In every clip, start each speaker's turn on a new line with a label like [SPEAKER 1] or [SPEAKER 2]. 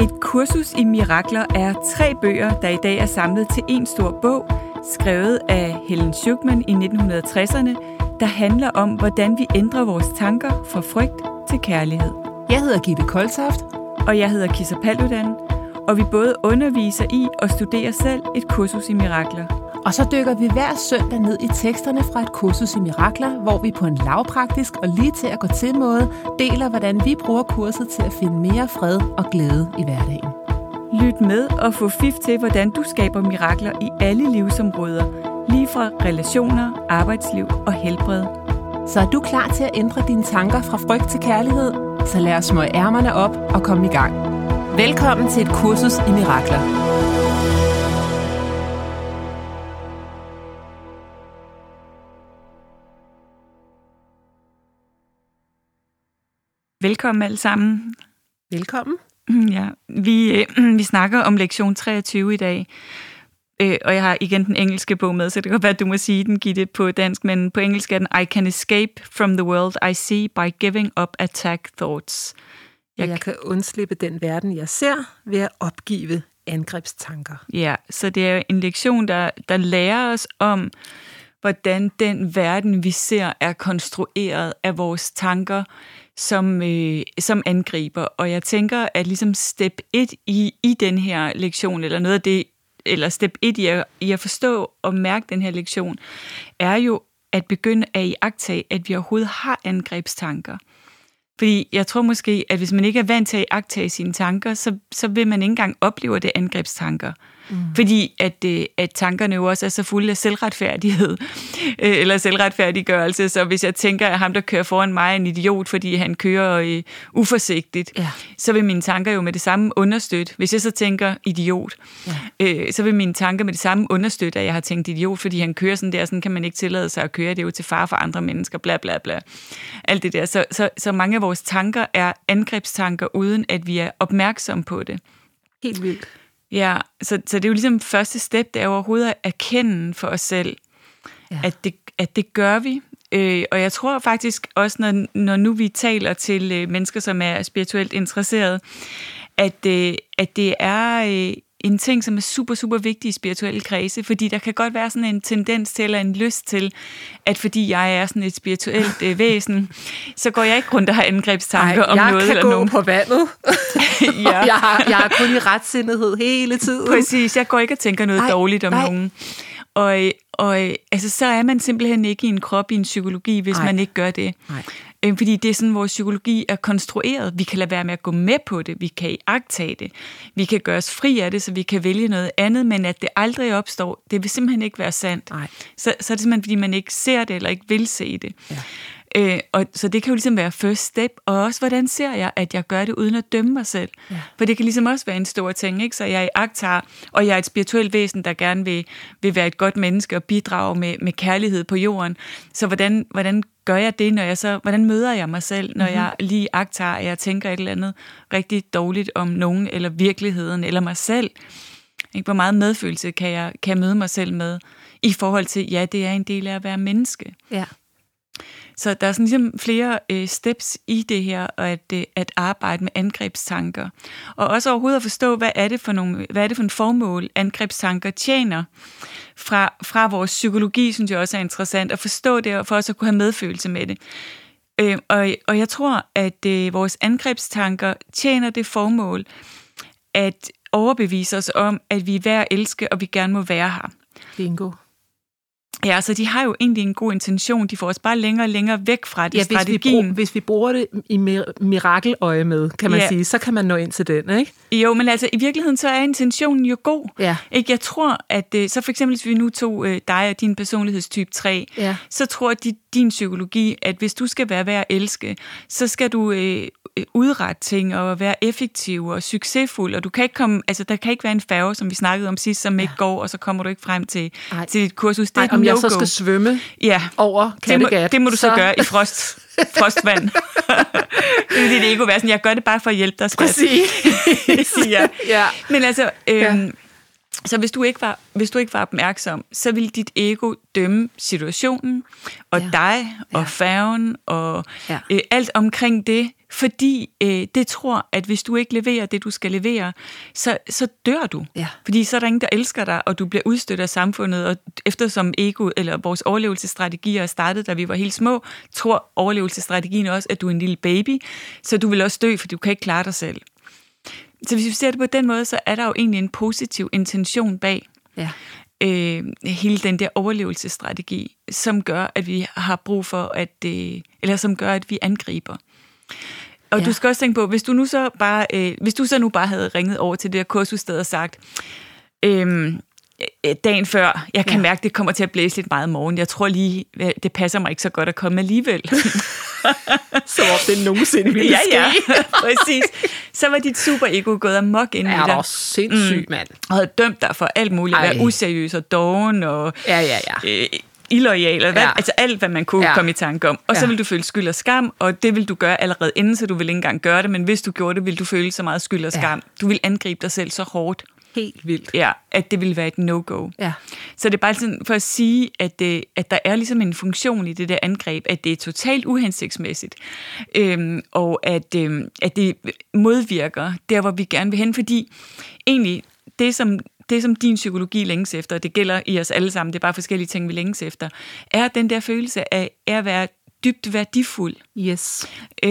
[SPEAKER 1] Et kursus i mirakler er 3 bøger, der i dag er samlet til en stor bog, skrevet af Helen Schucman i 1960'erne, der handler om, hvordan vi ændrer vores tanker fra frygt til kærlighed.
[SPEAKER 2] Jeg hedder Gitte Koltoft.
[SPEAKER 1] Og jeg hedder Kisser Paludan, og vi både underviser i og studerer selv et kursus i mirakler.
[SPEAKER 2] Og så dykker vi hver søndag ned i teksterne fra et kursus i mirakler, hvor vi på en lavpraktisk og lige til at gå til måde deler, hvordan vi bruger kurset til at finde mere fred og glæde i hverdagen.
[SPEAKER 1] Lyt med og få fif til, hvordan du skaber mirakler i alle livsområder, lige fra relationer, arbejdsliv og helbred.
[SPEAKER 2] Så er du klar til at ændre dine tanker fra frygt til kærlighed? Så lad os smøge ærmerne op og komme i gang. Velkommen til et kursus i mirakler.
[SPEAKER 1] Velkommen alle sammen.
[SPEAKER 2] Velkommen.
[SPEAKER 1] Ja, vi snakker om lektion 23 i dag, og jeg har igen den engelske bog med, så det kan godt være, at du må sige den, Gitte, på dansk, men på engelsk er den I can escape from the world I see by giving up attack thoughts.
[SPEAKER 2] Jeg kan undslippe den verden, jeg ser, ved at opgive angrebstanker.
[SPEAKER 1] Ja, så det er en lektion, der lærer os om, hvordan den verden, vi ser, er konstrueret af vores tanker, som angriber. Og jeg tænker, at ligesom step 1 i den her lektion, eller noget af det, eller step 1 i at forstå og mærke den her lektion, er jo at begynde at iagttage, at vi overhovedet har angrebstanker. Fordi jeg tror måske, at hvis man ikke er vant til at iagttage sine tanker, så vil man ikke engang opleve det angrebstanker. Fordi at tankerne jo også er så fulde af selvretfærdighed, eller selvretfærdiggørelse. Så hvis jeg tænker, at ham, der kører foran mig, er en idiot, fordi han kører uforsigtigt, så vil mine tanker jo med det samme understøtte. Hvis jeg så tænker idiot, så vil mine tanker med det samme understøtte, at jeg har tænkt idiot, fordi han kører sådan der, sådan kan man ikke tillade sig at køre, det er jo til fare for andre mennesker, bla bla bla. Alt det der. Så mange af vores tanker er angrebstanker, uden at vi er opmærksomme på det.
[SPEAKER 2] Helt vildt.
[SPEAKER 1] Ja, så det er jo ligesom første step, det er overhovedet at erkende for os selv, at det gør vi. Og jeg tror faktisk også, når nu vi taler til mennesker, som er spirituelt interesserede, at det er en ting, som er super, super vigtig i spirituelle kredse, fordi der kan godt være sådan en tendens til, eller en lyst til, at fordi jeg er sådan et spirituelt væsen, så går jeg ikke rundt og har angrebstanker om noget eller nogen.
[SPEAKER 2] Jeg kan gå på vandet, og jeg er kun i retsindighed hele tiden.
[SPEAKER 1] Præcis, jeg går ikke og tænker noget dårligt om nogen. Og altså, så er man simpelthen ikke i en krop, i en psykologi, hvis man ikke gør det. Fordi det er sådan, vores psykologi er konstrueret. Vi kan lade være med at gå med på det. Vi kan iagttage det. Vi kan gøre os fri af det, så vi kan vælge noget andet, men at det aldrig opstår, det vil simpelthen ikke være sandt. Så er det simpelthen, fordi man ikke ser det, eller ikke vil se det. Og så det kan jo ligesom være first step, og også hvordan ser jeg, at jeg gør det uden at dømme mig selv. For det kan ligesom også være en stor ting, ikke? Så jeg iagttager, og jeg er et spirituelt væsen, der gerne vil være et godt menneske og bidrage med kærlighed på jorden. Så hvordan gør jeg det, hvordan møder jeg mig selv, når jeg lige iagttager, at jeg tænker et eller andet rigtig dårligt om nogen, eller virkeligheden, eller mig selv? Ikke? Hvor meget medfølelse kan jeg møde mig selv med, i forhold til, ja, det er en del af at være menneske. Ja. Så der er sådan ligesom flere steps i det her, og at arbejde med angrebstanker. Og også overhovedet at forstå, hvad er det for en formål, angrebstanker tjener fra vores psykologi, synes jeg også er interessant, at forstå det, og for os at kunne have medfølelse med det. Og jeg tror, at vores angrebstanker tjener det formål, at overbevise os om, at vi er værd at elske, og vi gerne må være her.
[SPEAKER 2] Bingo.
[SPEAKER 1] Ja, så de har jo egentlig en god intention. De får os bare længere og længere væk fra det. Strategien.
[SPEAKER 2] Hvis vi bruger det i mirakeløje med, kan man sige, så kan man nå ind til den, ikke?
[SPEAKER 1] Jo, men altså i virkeligheden så er intentionen jo god. Ja. Ikke? Jeg tror, at så for eksempel, hvis vi nu tog dig og din personlighedstype 3, så tror din psykologi, at hvis du skal være værd at elske, så skal du udrette ting og være effektiv og succesfuld, og du kan ikke komme, altså der kan ikke være en færge, som vi snakkede om sidst, som ikke går, og så kommer du ikke frem til dit kursus. Det er
[SPEAKER 2] om jeg så skal svømme over Kattegat.
[SPEAKER 1] Det må du så gøre i frostvand. Det er det ikke være sådan, jeg gør det bare for at hjælpe dig, skat.
[SPEAKER 2] Præcis.
[SPEAKER 1] Ja. Men altså, Så hvis du ikke var opmærksom, så ville dit ego dømme situationen, og dig, og færgen, og alt omkring det, fordi det tror, at hvis du ikke leverer det, du skal levere, så dør du. Ja. Fordi så er der ingen, der elsker dig, og du bliver udstødt af samfundet, og eftersom ego, eller vores overlevelsesstrategier er startet, da vi var helt små, tror overlevelsesstrategien også, at du er en lille baby, så du vil også dø, for du kan ikke klare dig selv. Så hvis vi ser det på den måde, så er der jo egentlig en positiv intention bag hele den der overlevelsesstrategi, som gør, at vi har brug for eller som gør, at vi angriber. Og du skal også tænke på, hvis du så nu bare havde ringet over til det der kursussted og sagt, dagen før, jeg kan mærke, det kommer til at blæse lidt meget i morgen. Jeg tror lige, det passer mig ikke så godt at komme alligevel.
[SPEAKER 2] Som om det nogensinde ville ske.
[SPEAKER 1] Ja, præcis. Så var dit superego gået amok ind i dig.
[SPEAKER 2] Ja, det var sindssygt, mand.
[SPEAKER 1] Og havde dømt dig for alt muligt. At være useriøs og doven og illoyal. Altså alt, hvad man kunne komme i tanke om. Og så vil du føle skyld og skam, og det vil du gøre allerede inden, så du vil ikke engang gøre det. Men hvis du gjorde det, vil du føle så meget skyld og skam. Du vil angribe dig selv så hårdt.
[SPEAKER 2] Helt vildt.
[SPEAKER 1] Ja, at det vil være et no-go. Ja. Så det er bare sådan for at sige, at der er ligesom en funktion i det der angreb, at det er totalt uhensigtsmæssigt, og at det modvirker der, hvor vi gerne vil hen, fordi egentlig det, som din psykologi længes efter, det gælder i os alle sammen, det er bare forskellige ting, vi længes efter, er den der følelse af at være dybt værdifuld.
[SPEAKER 2] Yes.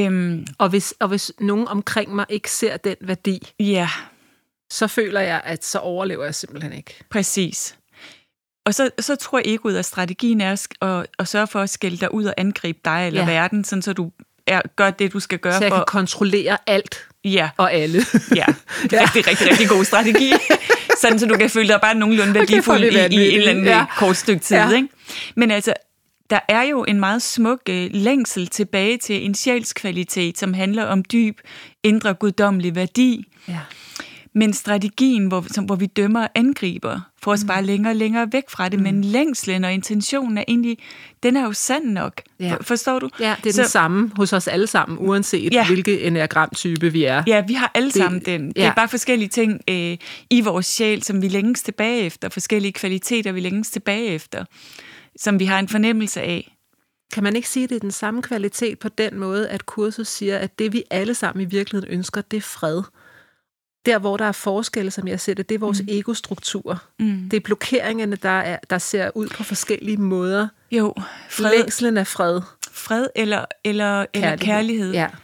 [SPEAKER 2] Og hvis nogen omkring mig ikke ser den værdi, så føler jeg, at så overlever jeg simpelthen ikke.
[SPEAKER 1] Præcis. Og så tror jeg egoet, at strategien er at sørge for at skælde dig ud og angribe dig eller verden, sådan så du gør det, du skal gøre.
[SPEAKER 2] Så jeg kan kontrollere alt og alle.
[SPEAKER 1] Ja, det er rigtig, rigtig god strategi. Sådan så du kan føle dig bare nogenlunde værdifuld i et eller andet kort stykke tid. Ja. Ikke? Men altså, der er jo en meget smuk længsel tilbage til en sjælskvalitet, som handler om dyb, indre guddommelig værdi. Ja. Men strategien, hvor vi dømmer og angriber, får os bare længere og længere væk fra det. Men længslen og intentionen er egentlig, den er jo sand nok. Ja. Forstår du?
[SPEAKER 2] Ja, det er den samme hos os alle sammen, uanset hvilke enneagramtype vi er.
[SPEAKER 1] Ja, vi har alle sammen den. Det er bare forskellige ting i vores sjæl, som vi længes tilbage efter. Forskellige kvaliteter, vi længes tilbage efter, som vi har en fornemmelse af.
[SPEAKER 2] Kan man ikke sige, at det er den samme kvalitet på den måde, at kurset siger, at det vi alle sammen i virkeligheden ønsker, det er fred? Der, hvor der er forskelle, som jeg ser det er vores egostruktur. Det er blokeringerne, der ser ud på forskellige måder.
[SPEAKER 1] Jo,
[SPEAKER 2] fred. Længslen af fred.
[SPEAKER 1] Fred eller kærlighed.
[SPEAKER 2] Ja.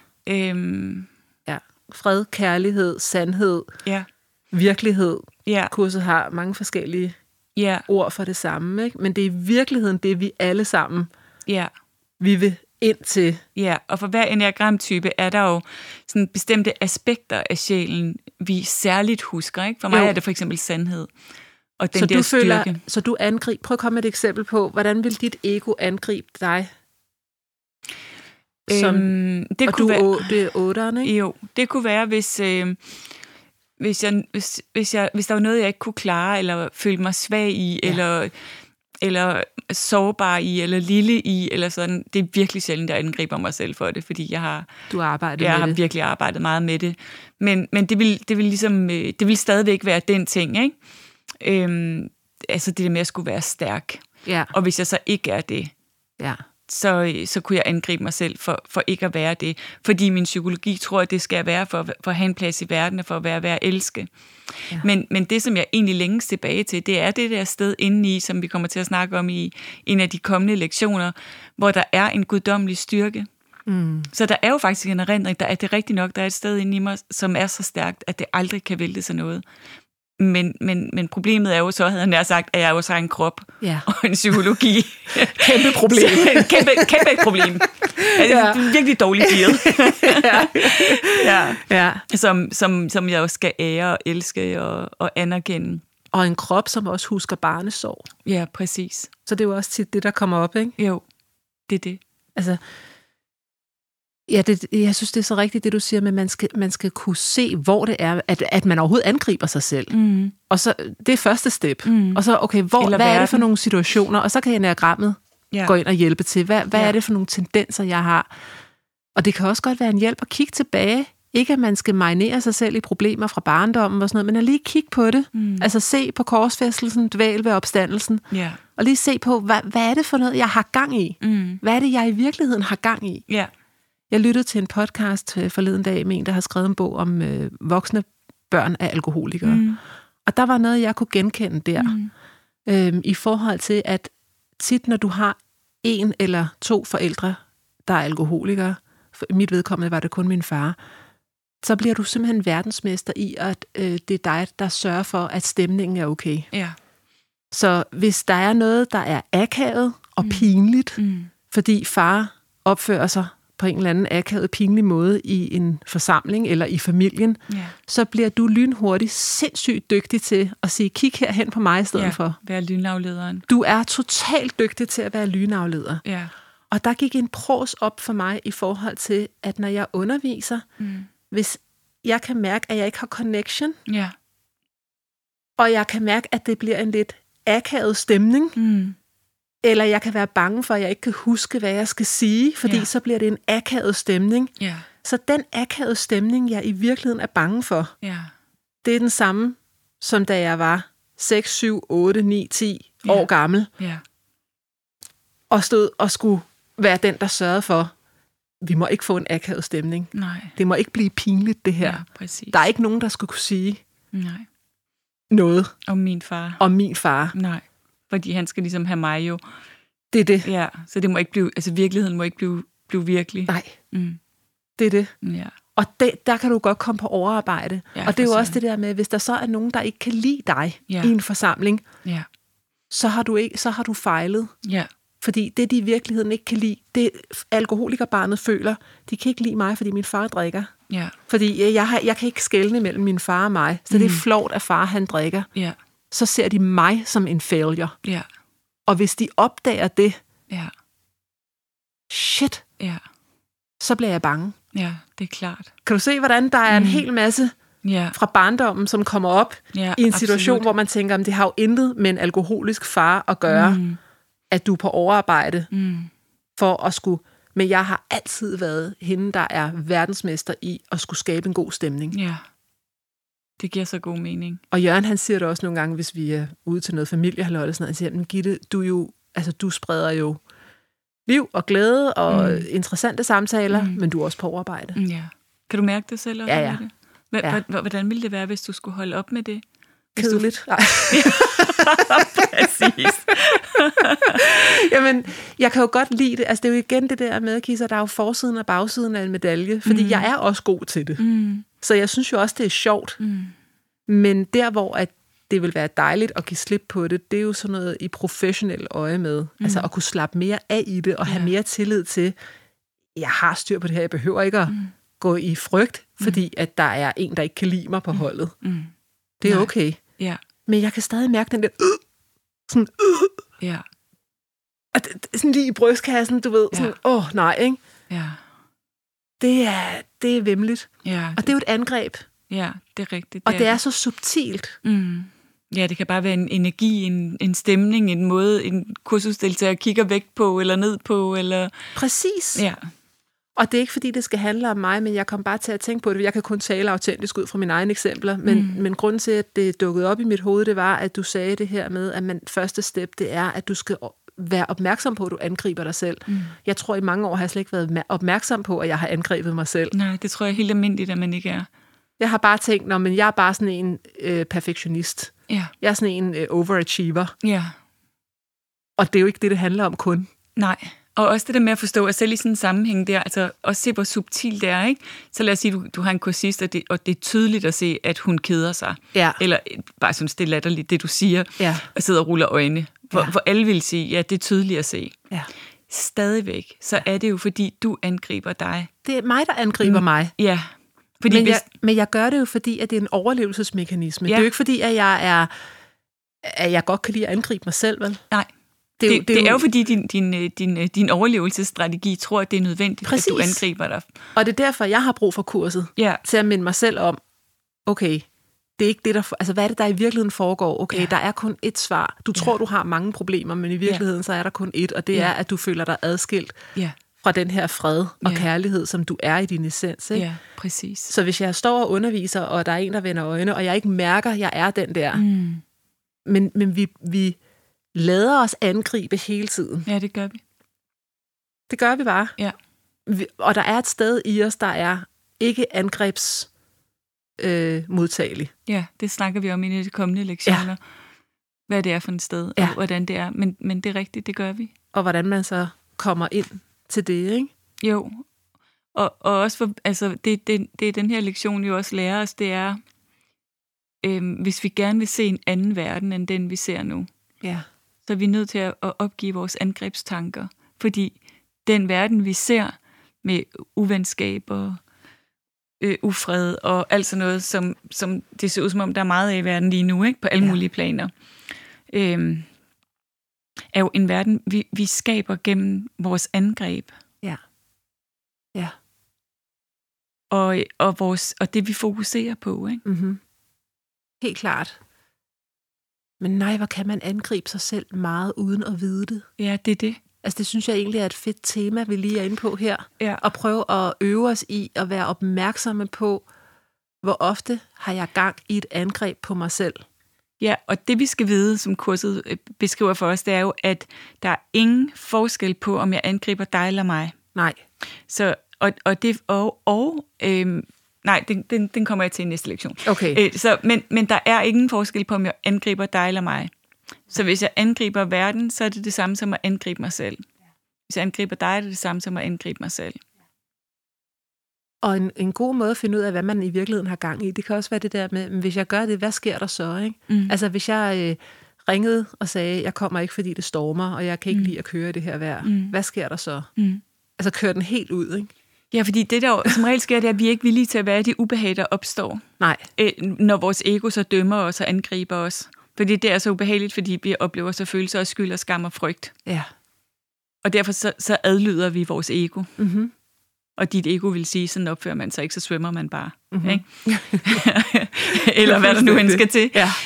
[SPEAKER 2] Fred, kærlighed, sandhed, virkelighed. Ja. Kurset har mange forskellige ord for det samme. Ikke? Men det er i virkeligheden det, vi alle sammen vi vil ind til.
[SPEAKER 1] Ja, og for hver enneagramtype er der jo sådan bestemte aspekter af sjælen, vi særligt husker. Ikke? For mig er det for eksempel sandhed. Og den der styrke.
[SPEAKER 2] Så du angriber. Prøv at komme med et eksempel på, hvordan vil dit ego angribe dig? Det kunne være, det er 8'eren, ikke?
[SPEAKER 1] Jo, det kunne være, hvis der var noget, jeg ikke kunne klare, eller følte mig svag i, eller sårbar i, eller lille i, eller sådan. Det er virkelig sjældent, jeg angriber mig selv for det, fordi jeg har virkelig arbejdet meget med det. Men det vil stadigvæk være den ting, ikke? Altså det der med at skulle være stærk. Ja. Og hvis jeg så ikke er det, så kunne jeg angribe mig selv for ikke at være det. Fordi min psykologi tror, at det skal være for at have en plads i verden, og for at være værd at elske. Ja. Men det, som jeg egentlig længes tilbage til, det er det der sted indeni, som vi kommer til at snakke om i en af de kommende lektioner, hvor der er en guddommelig styrke. Så der er jo faktisk en erindring, der er det rigtigt nok, der er et sted inde i mig, som er så stærkt, at det aldrig kan vælte sig noget. Men problemet er jo så, havde jeg nær sagt, at jeg også har en krop og en psykologi.
[SPEAKER 2] Kæmpe problem.
[SPEAKER 1] kæmpe problem. Det er virkelig dårligt gearet. Som jeg også skal ære og elske og anerkende.
[SPEAKER 2] Og en krop, som også husker barnesorg.
[SPEAKER 1] Ja, præcis.
[SPEAKER 2] Så det er jo også tit det, der kommer op, ikke?
[SPEAKER 1] Jo, det er det.
[SPEAKER 2] Altså, jeg synes, det er så rigtigt, det du siger, men man skal kunne se, hvor det er, at man overhovedet angriber sig selv. Og så, det er første step. Og så, okay, hvad er det for nogle situationer? Og så kan enneagrammet gå ind og hjælpe til. Hvad er det for nogle tendenser, jeg har? Og det kan også godt være en hjælp at kigge tilbage. Ikke at man skal marinere sig selv i problemer fra barndommen og sådan noget, men at lige kigge på det. Altså se på korsfæstelsen, dvæl ved opstandelsen.
[SPEAKER 1] Yeah. Og
[SPEAKER 2] lige se på, hvad er det for noget, jeg har gang i? Hvad er det, jeg i virkeligheden har gang i?
[SPEAKER 1] Yeah.
[SPEAKER 2] Jeg lyttede til en podcast forleden dag med en, der har skrevet en bog om voksne børn af alkoholikere. Og der var noget, jeg kunne genkende der. I forhold til, at tit, når du har 1 eller 2 forældre, der er alkoholikere, for mit vedkommende var det kun min far, så bliver du simpelthen verdensmester i, at det er dig, der sørger for, at stemningen er okay.
[SPEAKER 1] Ja.
[SPEAKER 2] Så hvis der er noget, der er akavet og pinligt, fordi far opfører sig på en eller anden akavet, pinlig måde i en forsamling eller i familien, så bliver du lynhurtigt sindssygt dygtig til at sige, kig herhen på mig i stedet for.
[SPEAKER 1] Være lynaflederen.
[SPEAKER 2] Du er totalt dygtig til at være lynafleder.
[SPEAKER 1] Ja.
[SPEAKER 2] Og der gik en pros op for mig i forhold til, at når jeg underviser, hvis jeg kan mærke, at jeg ikke har connection, og jeg kan mærke, at det bliver en lidt akavet stemning, eller jeg kan være bange for, at jeg ikke kan huske, hvad jeg skal sige, fordi så bliver det en akavet stemning. Så den akavede stemning, jeg i virkeligheden er bange for, det er den samme, som da jeg var 6, 7, 8, 9, 10 år gammel, og stod og skulle være den, der sørgede for, vi må ikke få en akavet stemning.
[SPEAKER 1] Nej.
[SPEAKER 2] Det må ikke blive pinligt, det her.
[SPEAKER 1] Ja, præcis.
[SPEAKER 2] Der er ikke nogen, der skulle kunne sige noget
[SPEAKER 1] om min far.
[SPEAKER 2] Om min far.
[SPEAKER 1] Nej, fordi han skal ligesom have mig jo.
[SPEAKER 2] Det er det.
[SPEAKER 1] Ja, så det må ikke blive, altså virkeligheden må ikke blive virkelig.
[SPEAKER 2] Nej, det er det.
[SPEAKER 1] Ja.
[SPEAKER 2] Og der kan du godt komme på overarbejde. Og det er jo også det der med, hvis der så er nogen, der ikke kan lide dig i en forsamling, så har du fejlet. Ja. Fordi det, de i virkeligheden ikke kan lide, det alkoholikerbarnet føler, de kan ikke lide mig, fordi min far drikker. Ja. Fordi jeg kan ikke skelne mellem min far og mig, så det er flovt, at far han drikker. Ja. Så ser de mig som en failure. Ja. Og hvis de opdager det, shit, så bliver jeg bange.
[SPEAKER 1] Ja, det er klart.
[SPEAKER 2] Kan du se, hvordan der er en hel masse fra barndommen, som kommer op i en situation, hvor man tænker, at det har jo intet med en alkoholisk far at gøre, at du er på overarbejde for at skulle... Men jeg har altid været hende, der er verdensmester i at skulle skabe en god stemning.
[SPEAKER 1] Ja, det giver så god mening.
[SPEAKER 2] Og Jørgen, han siger det også nogle gange, hvis vi er ude til noget familiehalløj, og sådan noget, han siger, men Gitte, du spreder jo liv og glæde og interessante samtaler, men du er også på overarbejde.
[SPEAKER 1] Ja. Kan du mærke det selv?
[SPEAKER 2] Ja.
[SPEAKER 1] Hvordan ville det være, hvis du skulle holde op med det?
[SPEAKER 2] Kedeligt.
[SPEAKER 1] Præcis.
[SPEAKER 2] Jamen, jeg kan jo godt lide det. Altså, det er jo igen det der med, Kisser, der er jo forsiden og bagsiden af en medalje, fordi jeg er også god til det. Så jeg synes jo også, det er sjovt. Men der, hvor at det vil være dejligt at give slip på det, det er jo sådan noget i professionel øje med. Altså at kunne slappe mere af i det, og have mere tillid til, jeg har styr på det her, jeg behøver ikke at gå i frygt, fordi at der er en, der ikke kan lide mig på holdet. Det er okay. Ja. Men jeg kan stadig mærke den der sådan
[SPEAKER 1] ja.
[SPEAKER 2] Og sådan lige i brystkassen, du ved, sådan nej, ikke?
[SPEAKER 1] Ja.
[SPEAKER 2] Det er vemmeligt.
[SPEAKER 1] Ja.
[SPEAKER 2] Og det er jo et angreb.
[SPEAKER 1] Ja, det er rigtigt.
[SPEAKER 2] Og det er så subtilt.
[SPEAKER 1] Ja, det kan bare være en energi, en stemning, en måde, en kursusdeltager kigger væk på, eller ned på, eller...
[SPEAKER 2] Præcis.
[SPEAKER 1] Ja.
[SPEAKER 2] Og det er ikke, fordi det skal handle om mig, men jeg kom bare til at tænke på det. Jeg kan kun tale autentisk ud fra mine egne eksempler, men grunden til, at det dukkede op i mit hoved, det var, at du sagde det her med, at første step, det er, at du skal være opmærksom på, at du angriber dig selv. Jeg tror, i mange år har jeg slet ikke været opmærksom på, at jeg har angrebet mig selv.
[SPEAKER 1] Nej, det tror jeg er helt almindeligt, at man ikke er.
[SPEAKER 2] Jeg har bare tænkt, men jeg er bare sådan en perfektionist. Ja. Jeg er sådan en overachiever.
[SPEAKER 1] Ja.
[SPEAKER 2] Og det er jo ikke det handler om kun.
[SPEAKER 1] Nej. Og også det der med at forstå, at selv i sådan en sammenhæng der, altså også se, hvor subtilt det er, ikke? Så lad os sige, du har en kursist, og det er tydeligt at se, at hun keder sig. Ja. Eller bare synes, det er latterligt, det du siger, og sidder og ruller øjne. Hvor alle vil sige, ja, det er tydeligt at se. Ja. Stadigvæk, så er det jo, fordi du angriber dig.
[SPEAKER 2] Det er mig, der angriber mig.
[SPEAKER 1] Ja. Fordi
[SPEAKER 2] men jeg gør det jo, fordi at det er en overlevelsesmekanisme. Ja. Det er jo ikke, fordi at jeg godt kan lide at angribe mig selv, vel?
[SPEAKER 1] Nej. Det er jo fordi din overlevelsesstrategi tror, at det er nødvendigt, at du angriber dig.
[SPEAKER 2] Og det er derfor, jeg har brug for kurset, til at minde mig selv om, okay, det er ikke det, der... Altså, hvad er det, der i virkeligheden foregår? Okay, der er kun ét svar. Du tror, du har mange problemer, men i virkeligheden, så er der kun ét, og det er, at du føler dig adskilt fra den her fred og kærlighed, som du er i din essens. Ikke?
[SPEAKER 1] Ja, præcis.
[SPEAKER 2] Så hvis jeg står og underviser, og der er en, der vender øjne, og jeg ikke mærker, at jeg er den der, men vi lader os angribe hele tiden.
[SPEAKER 1] Ja, det gør vi.
[SPEAKER 2] Det gør vi bare.
[SPEAKER 1] Ja.
[SPEAKER 2] Og der er et sted i os, der er ikke modtagelig.
[SPEAKER 1] Ja, det snakker vi om i de kommende lektioner. Ja. Hvad det er for et sted, og hvordan det er. Men det er rigtigt, det gør vi.
[SPEAKER 2] Og hvordan man så kommer ind til det, ikke?
[SPEAKER 1] Jo. Og også for, altså, det den her lektion jo også lærer os, det er, hvis vi gerne vil se en anden verden, end den vi ser nu, så er vi nødt til at opgive vores angrebstanker. Fordi den verden, vi ser med uvenskab og ufred og alt sådan noget, som det ser ud som om, der er meget af i verden lige nu, ikke? På alle mulige planer, er jo en verden, vi skaber gennem vores angreb. Ja. Ja. Og det, vi fokuserer på, ikke?
[SPEAKER 2] Mm-hmm. Helt klart. Men nej, hvor kan man angribe sig selv meget uden at vide det?
[SPEAKER 1] Ja, det er det.
[SPEAKER 2] Altså, det synes jeg egentlig er et fedt tema, vi lige er inde på her. Ja. Og prøve at øve os i at være opmærksomme på, hvor ofte har jeg gang i et angreb på mig selv.
[SPEAKER 1] Ja, og det vi skal vide, som kurset beskriver for os, det er jo, at der er ingen forskel på, om jeg angriber dig eller mig.
[SPEAKER 2] Nej.
[SPEAKER 1] Så, nej, den kommer jeg til i næste lektion.
[SPEAKER 2] Okay.
[SPEAKER 1] Men der er ingen forskel på, om jeg angriber dig eller mig. Så hvis jeg angriber verden, så er det det samme som at angribe mig selv. Hvis jeg angriber dig, er det det samme som at angribe mig selv.
[SPEAKER 2] Og en god måde at finde ud af, hvad man i virkeligheden har gang i, det kan også være det der med, hvis jeg gør det, hvad sker der så? Ikke? Altså hvis jeg ringede og sagde, jeg kommer ikke, fordi det stormer, og jeg kan ikke lide at køre det her vejr. Hvad sker der så? Altså kører den helt ud, ikke?
[SPEAKER 1] Ja, fordi det der som regel sker, det er, at vi er ikke villige til at være de ubehag, der opstår.
[SPEAKER 2] Nej.
[SPEAKER 1] Når vores ego så dømmer os og angriber os. Fordi det er så ubehageligt, fordi vi oplever så følelser af skyld og skam og frygt. Ja. Og derfor så adlyder vi vores ego. Mm-hmm. Og dit ego vil sige, sådan opfører man sig ikke, så svømmer man bare. Mm-hmm. Ikke? Eller hvad der nu end skal til. Ja.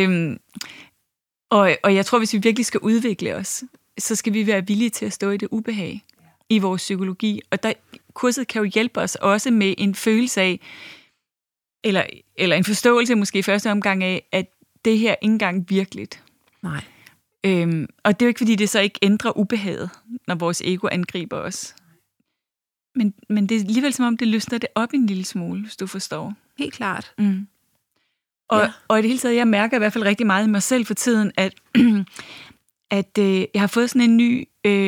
[SPEAKER 1] Og jeg tror, hvis vi virkelig skal udvikle os, så skal vi være villige til at stå i det ubehag i vores psykologi. Og kurset kan jo hjælpe os også med en følelse af, eller en forståelse måske i første omgang af, at det her ikke engang virkeligt.
[SPEAKER 2] Nej.
[SPEAKER 1] Og det er jo ikke, fordi det så ikke ændrer ubehaget, når vores ego angriber os. Men det er alligevel som om, det løsner det op en lille smule, hvis du forstår.
[SPEAKER 2] Helt klart.
[SPEAKER 1] Og i det hele taget, jeg mærker i hvert fald rigtig meget i mig selv for tiden, at jeg har fået sådan en ny,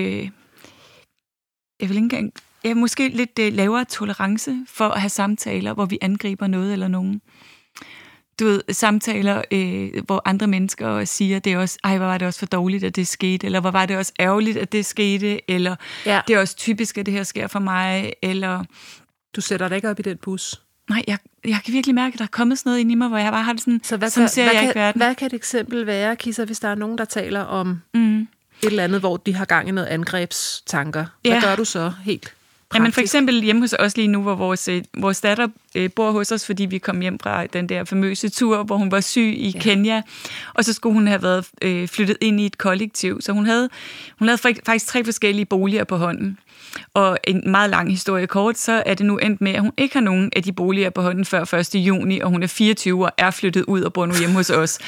[SPEAKER 1] jeg har måske lidt lavere tolerance for at have samtaler, hvor vi angriber noget eller nogen. Du ved, samtaler, hvor andre mennesker siger, det er også, hvor var det også for dårligt, at det skete, eller hvor var det også ærgerligt, at det skete, eller det er også typisk, at det her sker for mig, eller...
[SPEAKER 2] Du sætter dig ikke op i den bus?
[SPEAKER 1] Nej, jeg kan virkelig mærke, at der er kommet sådan noget ind i mig, hvor jeg bare har det sådan, sådan ser jeg ikke verden.
[SPEAKER 2] Hvad kan et eksempel være, Kisa, hvis der er nogen, der taler om et eller andet, hvor de har gang i noget angrebstanker? Hvad gør du så helt?
[SPEAKER 1] Jamen for eksempel hjemme hos os lige nu, hvor vores datter bor hos os, fordi vi kom hjem fra den der famøse tur, hvor hun var syg i Kenya, og så skulle hun have været flyttet ind i et kollektiv. Så hun havde faktisk 3 forskellige boliger på hånden. Og en meget lang historie kort, så er det nu endt med, at hun ikke har nogen af de boliger på hånden før 1. juni, og hun er 24 og er flyttet ud og bor nu hjemme hos os.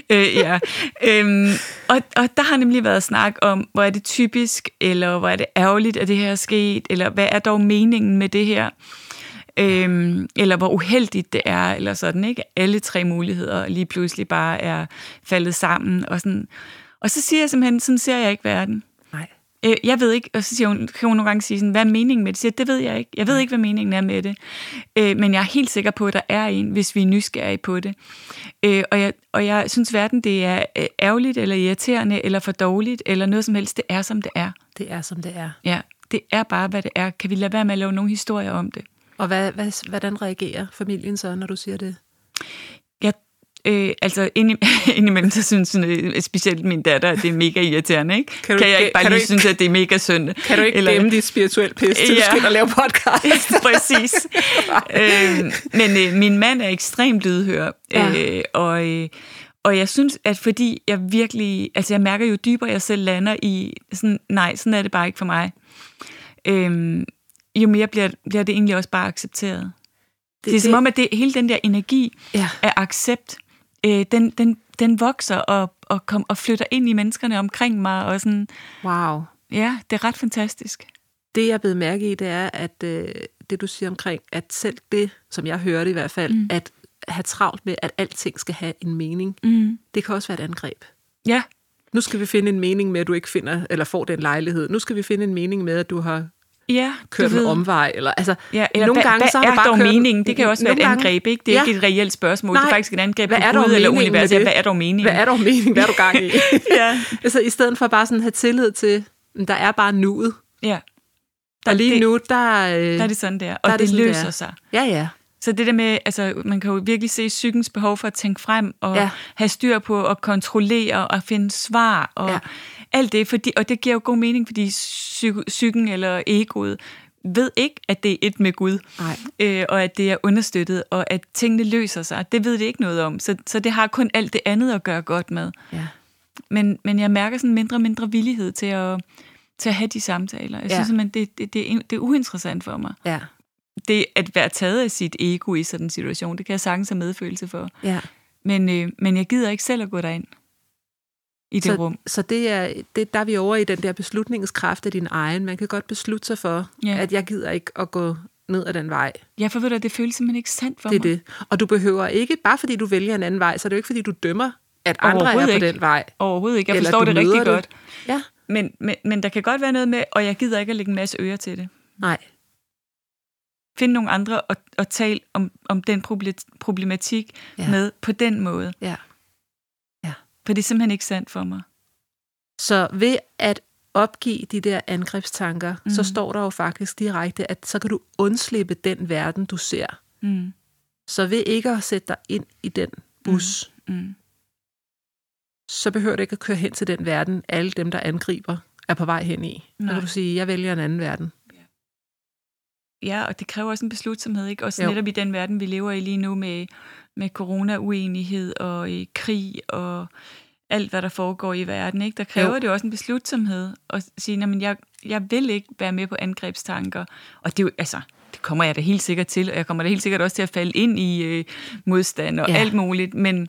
[SPEAKER 1] Og der har nemlig været snak om, hvor er det typisk, eller hvor er det ærgerligt, at det her er sket, eller hvad er dog meningen med det her, eller hvor uheldigt det er, eller sådan, ikke? Alle 3 muligheder lige pludselig bare er faldet sammen, og sådan. Og så siger jeg simpelthen, sådan ser jeg ikke verden. Jeg ved ikke, og så siger kan hun nogle gange sige sådan, hvad er meningen med det? Så siger jeg, det ved jeg ikke. Jeg ved ikke, hvad meningen er med det. Men jeg er helt sikker på, at der er en, hvis vi er nysgerrige på det. Og jeg synes, verden det er ærgerligt, eller irriterende, eller for dårligt, eller noget som helst. Det er, som det er.
[SPEAKER 2] Det er, som det er.
[SPEAKER 1] Ja, det er bare, hvad det er. Kan vi lade være med at lave nogle historier om det?
[SPEAKER 2] Og hvordan reagerer familien så, når du siger det?
[SPEAKER 1] Altså indimellem så synes specielt min datter, at det er mega irriterende, ikke? Kan jeg ikke bare lige synes, at det er mega synd?
[SPEAKER 2] Kan du ikke glemme dit spirituelle pis, til du skal lave podcast?
[SPEAKER 1] Præcis. Men min mand er ekstremt lydhør, og jeg synes, at fordi jeg virkelig, altså jeg mærker jo dybere, jeg selv lander i sådan, nej, sådan er det bare ikke for mig. jo mere bliver det egentlig også bare accepteret. Det er som om, at hele den der energi af accept, den vokser og flytter ind i menneskerne omkring mig. Og sådan,
[SPEAKER 2] wow.
[SPEAKER 1] Ja, det er ret fantastisk.
[SPEAKER 2] Det, jeg er blevet mærke i, det er, at det, du siger omkring, at selv det, som jeg hørte i hvert fald, at have travlt med, at alting skal have en mening, det kan også være et angreb.
[SPEAKER 1] Ja.
[SPEAKER 2] Nu skal vi finde en mening med, at du ikke finder eller får den lejlighed. Nu skal vi finde en mening med, at du har kørt en omvej. Eller
[SPEAKER 1] nogle gange, så har du bare dog meningen? Det kan jo også være et angreb, ikke? Det er ikke et reelt spørgsmål. Nej, det er faktisk et angreb på Gud eller universet. Hvad er dog meningen?
[SPEAKER 2] Hvad er dog meningen? Hvad er du gang i? Altså, i stedet for bare sådan at have tillid til, der er bare nuet.
[SPEAKER 1] Ja.
[SPEAKER 2] Og lige nu, der
[SPEAKER 1] er det sådan der. Og det løser sig.
[SPEAKER 2] Ja.
[SPEAKER 1] Så det der med, altså, man kan jo virkelig se psykens behov for at tænke frem og have styr på at kontrollere og finde svar og alt det, og det giver jo god mening, fordi psyken eller egoet ved ikke, at det er et med Gud, og at det er understøttet, og at tingene løser sig. Det ved det ikke noget om, så det har kun alt det andet at gøre godt med.
[SPEAKER 2] Ja.
[SPEAKER 1] Men jeg mærker sådan mindre villighed til at have de samtaler. Jeg synes simpelthen, det er uinteressant for mig.
[SPEAKER 2] Ja.
[SPEAKER 1] Det at være taget af sit ego i sådan en situation, det kan jeg sagtens have medfølelse for.
[SPEAKER 2] Ja.
[SPEAKER 1] Men jeg gider ikke selv at gå derind i det rum.
[SPEAKER 2] Så der er vi over i den der beslutningskraft af din egen. Man kan godt beslutte sig for, at jeg gider ikke at gå ned ad den vej.
[SPEAKER 1] Ja, for ved du, det føles simpelthen ikke sandt for
[SPEAKER 2] mig.
[SPEAKER 1] Det er
[SPEAKER 2] det. Og du behøver ikke, bare fordi du vælger en anden vej, så er det jo ikke, fordi du dømmer, at andre er på den vej.
[SPEAKER 1] Overhovedet ikke. Jeg forstår det rigtig godt.
[SPEAKER 2] Ja.
[SPEAKER 1] Men der kan godt være noget med, og jeg gider ikke at lægge en masse øre til det.
[SPEAKER 2] Nej.
[SPEAKER 1] Find nogle andre og tale om den problematik med på den måde.
[SPEAKER 2] Ja.
[SPEAKER 1] For det er simpelthen ikke sandt for mig.
[SPEAKER 2] Så ved at opgive de der angrebstanker, så står der jo faktisk direkte, at så kan du undslippe den verden, du ser. Så ved ikke at sætte dig ind i den bus, så behøver du ikke at køre hen til den verden, alle dem, der angriber, er på vej hen i. Så kan du sige, jeg vælger en anden verden.
[SPEAKER 1] Ja, og det kræver også en beslutsomhed, ikke? Også netop i den verden, vi lever i lige nu med corona-uenighed og i krig og alt, hvad der foregår i verden, ikke? Der kræver det også en beslutsomhed at sige, men jeg vil ikke være med på angrebstanker. Og det er jo, altså, det kommer jeg da helt sikkert til, og jeg kommer da helt sikkert også til at falde ind i modstand og alt muligt, men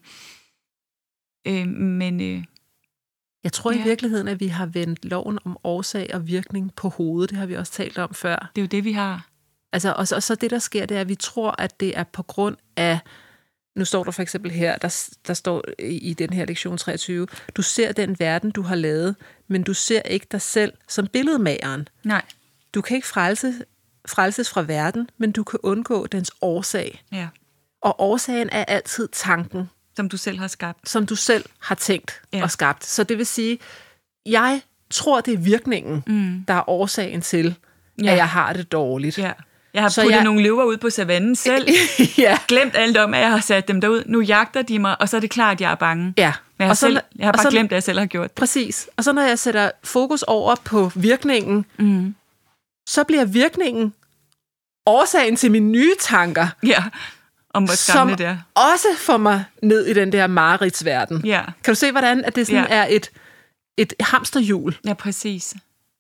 [SPEAKER 2] jeg tror i virkeligheden, at vi har vendt loven om årsag og virkning på hovedet. Det har vi også talt om før.
[SPEAKER 1] Det er jo det, vi har.
[SPEAKER 2] Altså, og så det, der sker, det er, at vi tror, at det er på grund af, nu står der for eksempel her, der står i den her lektion 23, du ser den verden, du har lavet, men du ser ikke dig selv som billedmageren.
[SPEAKER 1] Nej.
[SPEAKER 2] Du kan ikke frelses fra verden, men du kan undgå dens årsag.
[SPEAKER 1] Ja.
[SPEAKER 2] Og årsagen er altid tanken.
[SPEAKER 1] Som du selv har skabt.
[SPEAKER 2] Som du selv har tænkt og skabt. Så det vil sige, jeg tror, det er virkningen, der er årsagen til, at jeg har det dårligt.
[SPEAKER 1] Ja. Jeg har puttet nogle løver ud på savannen selv. Glemt alt om, at jeg har sat dem derud. Nu jagter de mig, og så er det klart, at jeg er bange.
[SPEAKER 2] Ja.
[SPEAKER 1] Men jeg har bare glemt, at jeg selv har gjort det.
[SPEAKER 2] Præcis. Og så når jeg sætter fokus over på virkningen, så bliver virkningen årsagen til mine nye tanker.
[SPEAKER 1] Ja. Om hvor skræmmende det er.
[SPEAKER 2] Også får mig ned i den der mareridtsverden.
[SPEAKER 1] Ja.
[SPEAKER 2] Kan du se, hvordan at det sådan er et hamsterhjul?
[SPEAKER 1] Ja, præcis.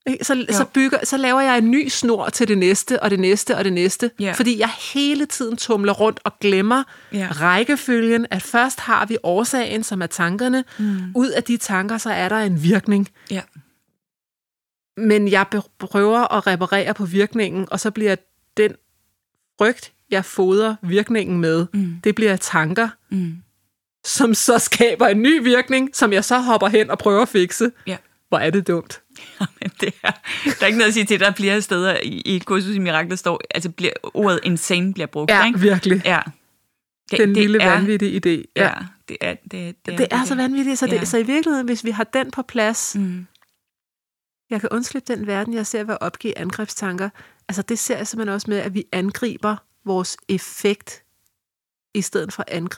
[SPEAKER 2] Så laver jeg en ny snor til det næste, og det næste, og det næste. Ja. Fordi jeg hele tiden tumler rundt og glemmer rækkefølgen, at først har vi årsagen, som er tankerne. Ud af de tanker, så er der en virkning.
[SPEAKER 1] Ja.
[SPEAKER 2] Men jeg prøver at reparere på virkningen, og så bliver den frygt, jeg fodrer virkningen med, det bliver tanker, som så skaber en ny virkning, som jeg så hopper hen og prøver at fikse.
[SPEAKER 1] Ja.
[SPEAKER 2] Hvor er det dumt.
[SPEAKER 1] Jamen, der er ikke noget at sige til, der er flere steder i et kursus i Mirakler står, altså ordet insane bliver brugt.
[SPEAKER 2] Ja,
[SPEAKER 1] ikke?
[SPEAKER 2] Virkelig.
[SPEAKER 1] Ja.
[SPEAKER 2] Den lille vanvittige idé.
[SPEAKER 1] Ja, det
[SPEAKER 2] er så vanvittigt. Så i virkeligheden, hvis vi har den på plads, jeg kan undslippe den verden, jeg ser ved at opgive angrebstanker. Altså det ser jeg simpelthen også med, at vi angriber vores effekt, i stedet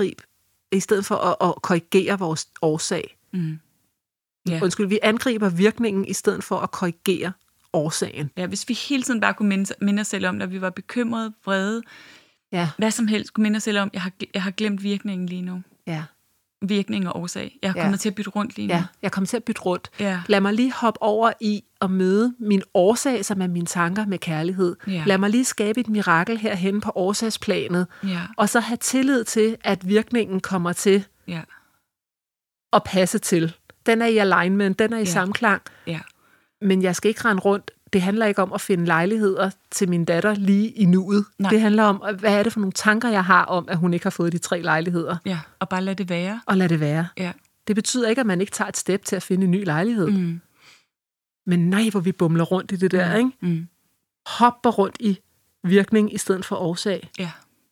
[SPEAKER 2] for at korrigere vores årsag.
[SPEAKER 1] Ja.
[SPEAKER 2] Undskyld, vi angriber virkningen, i stedet for at korrigere årsagen.
[SPEAKER 1] Ja, hvis vi hele tiden bare kunne minde os selv om, når vi var bekymrede, vrede, hvad som helst, kunne minde os selv om, jeg har glemt virkningen lige nu.
[SPEAKER 2] Ja.
[SPEAKER 1] Virkning og årsag. Jeg er kommet til at bytte rundt lige nu.
[SPEAKER 2] Ja, jeg er kommet til at bytte rundt.
[SPEAKER 1] Ja.
[SPEAKER 2] Lad mig lige hoppe over i, at møde min årsag, som er mine tanker, med kærlighed. Ja. Lad mig lige skabe et mirakel herhenne på årsagsplanet, og så have tillid til, at virkningen kommer til at passe til. Den er i alignment, den er i samklang. Ja. Men jeg skal ikke rende rundt. Det handler ikke om at finde lejligheder til min datter lige i nuet. Nej. Det handler om, hvad er det for nogle tanker, jeg har om, at hun ikke har fået de 3 lejligheder.
[SPEAKER 1] Ja, og bare lad det være.
[SPEAKER 2] Og lad det være. Ja. Det betyder ikke, at man ikke tager et step til at finde en ny lejlighed. Mm. Men nej, hvor vi bumler rundt i det der, ikke? Mm. Hopper rundt i virkning i stedet for årsag. Ja.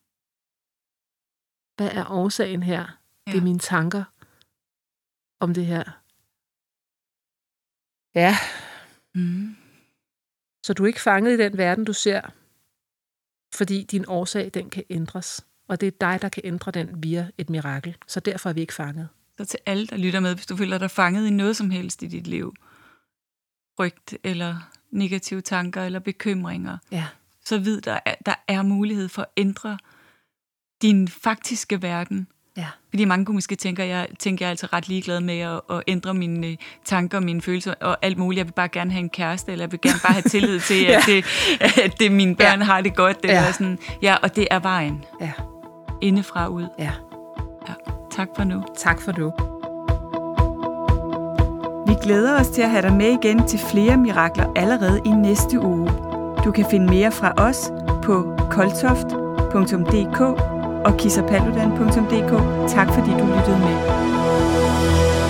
[SPEAKER 2] Hvad er årsagen her? Ja. Det er mine tanker om det her. Ja. Mm. Så du er ikke fanget i den verden, du ser, fordi din årsag, den kan ændres. Og det er dig, der kan ændre den via et mirakel. Så derfor er vi ikke fanget.
[SPEAKER 1] Så til alle, der lytter med, hvis du føler dig fanget i noget som helst i dit liv, frygt eller negative tanker eller bekymringer, så vid, der er mulighed for at ændre din faktiske verden. Ja. Fordi mange kunne måske tænke, jeg er altså ret ligeglad med at ændre mine tanker og mine følelser og alt muligt. Jeg vil bare gerne have en kæreste, eller jeg vil gerne bare have tillid til, at mine børn har det godt. Eller sådan. Ja, og det er vejen. Ja. Indefra ud. Ja. Tak for nu.
[SPEAKER 2] Tak for nu.
[SPEAKER 1] Vi glæder os til at have dig med igen til flere mirakler allerede i næste uge. Du kan finde mere fra os på koltoft.dk og kissapaludan.dk. Tak fordi du lyttede med.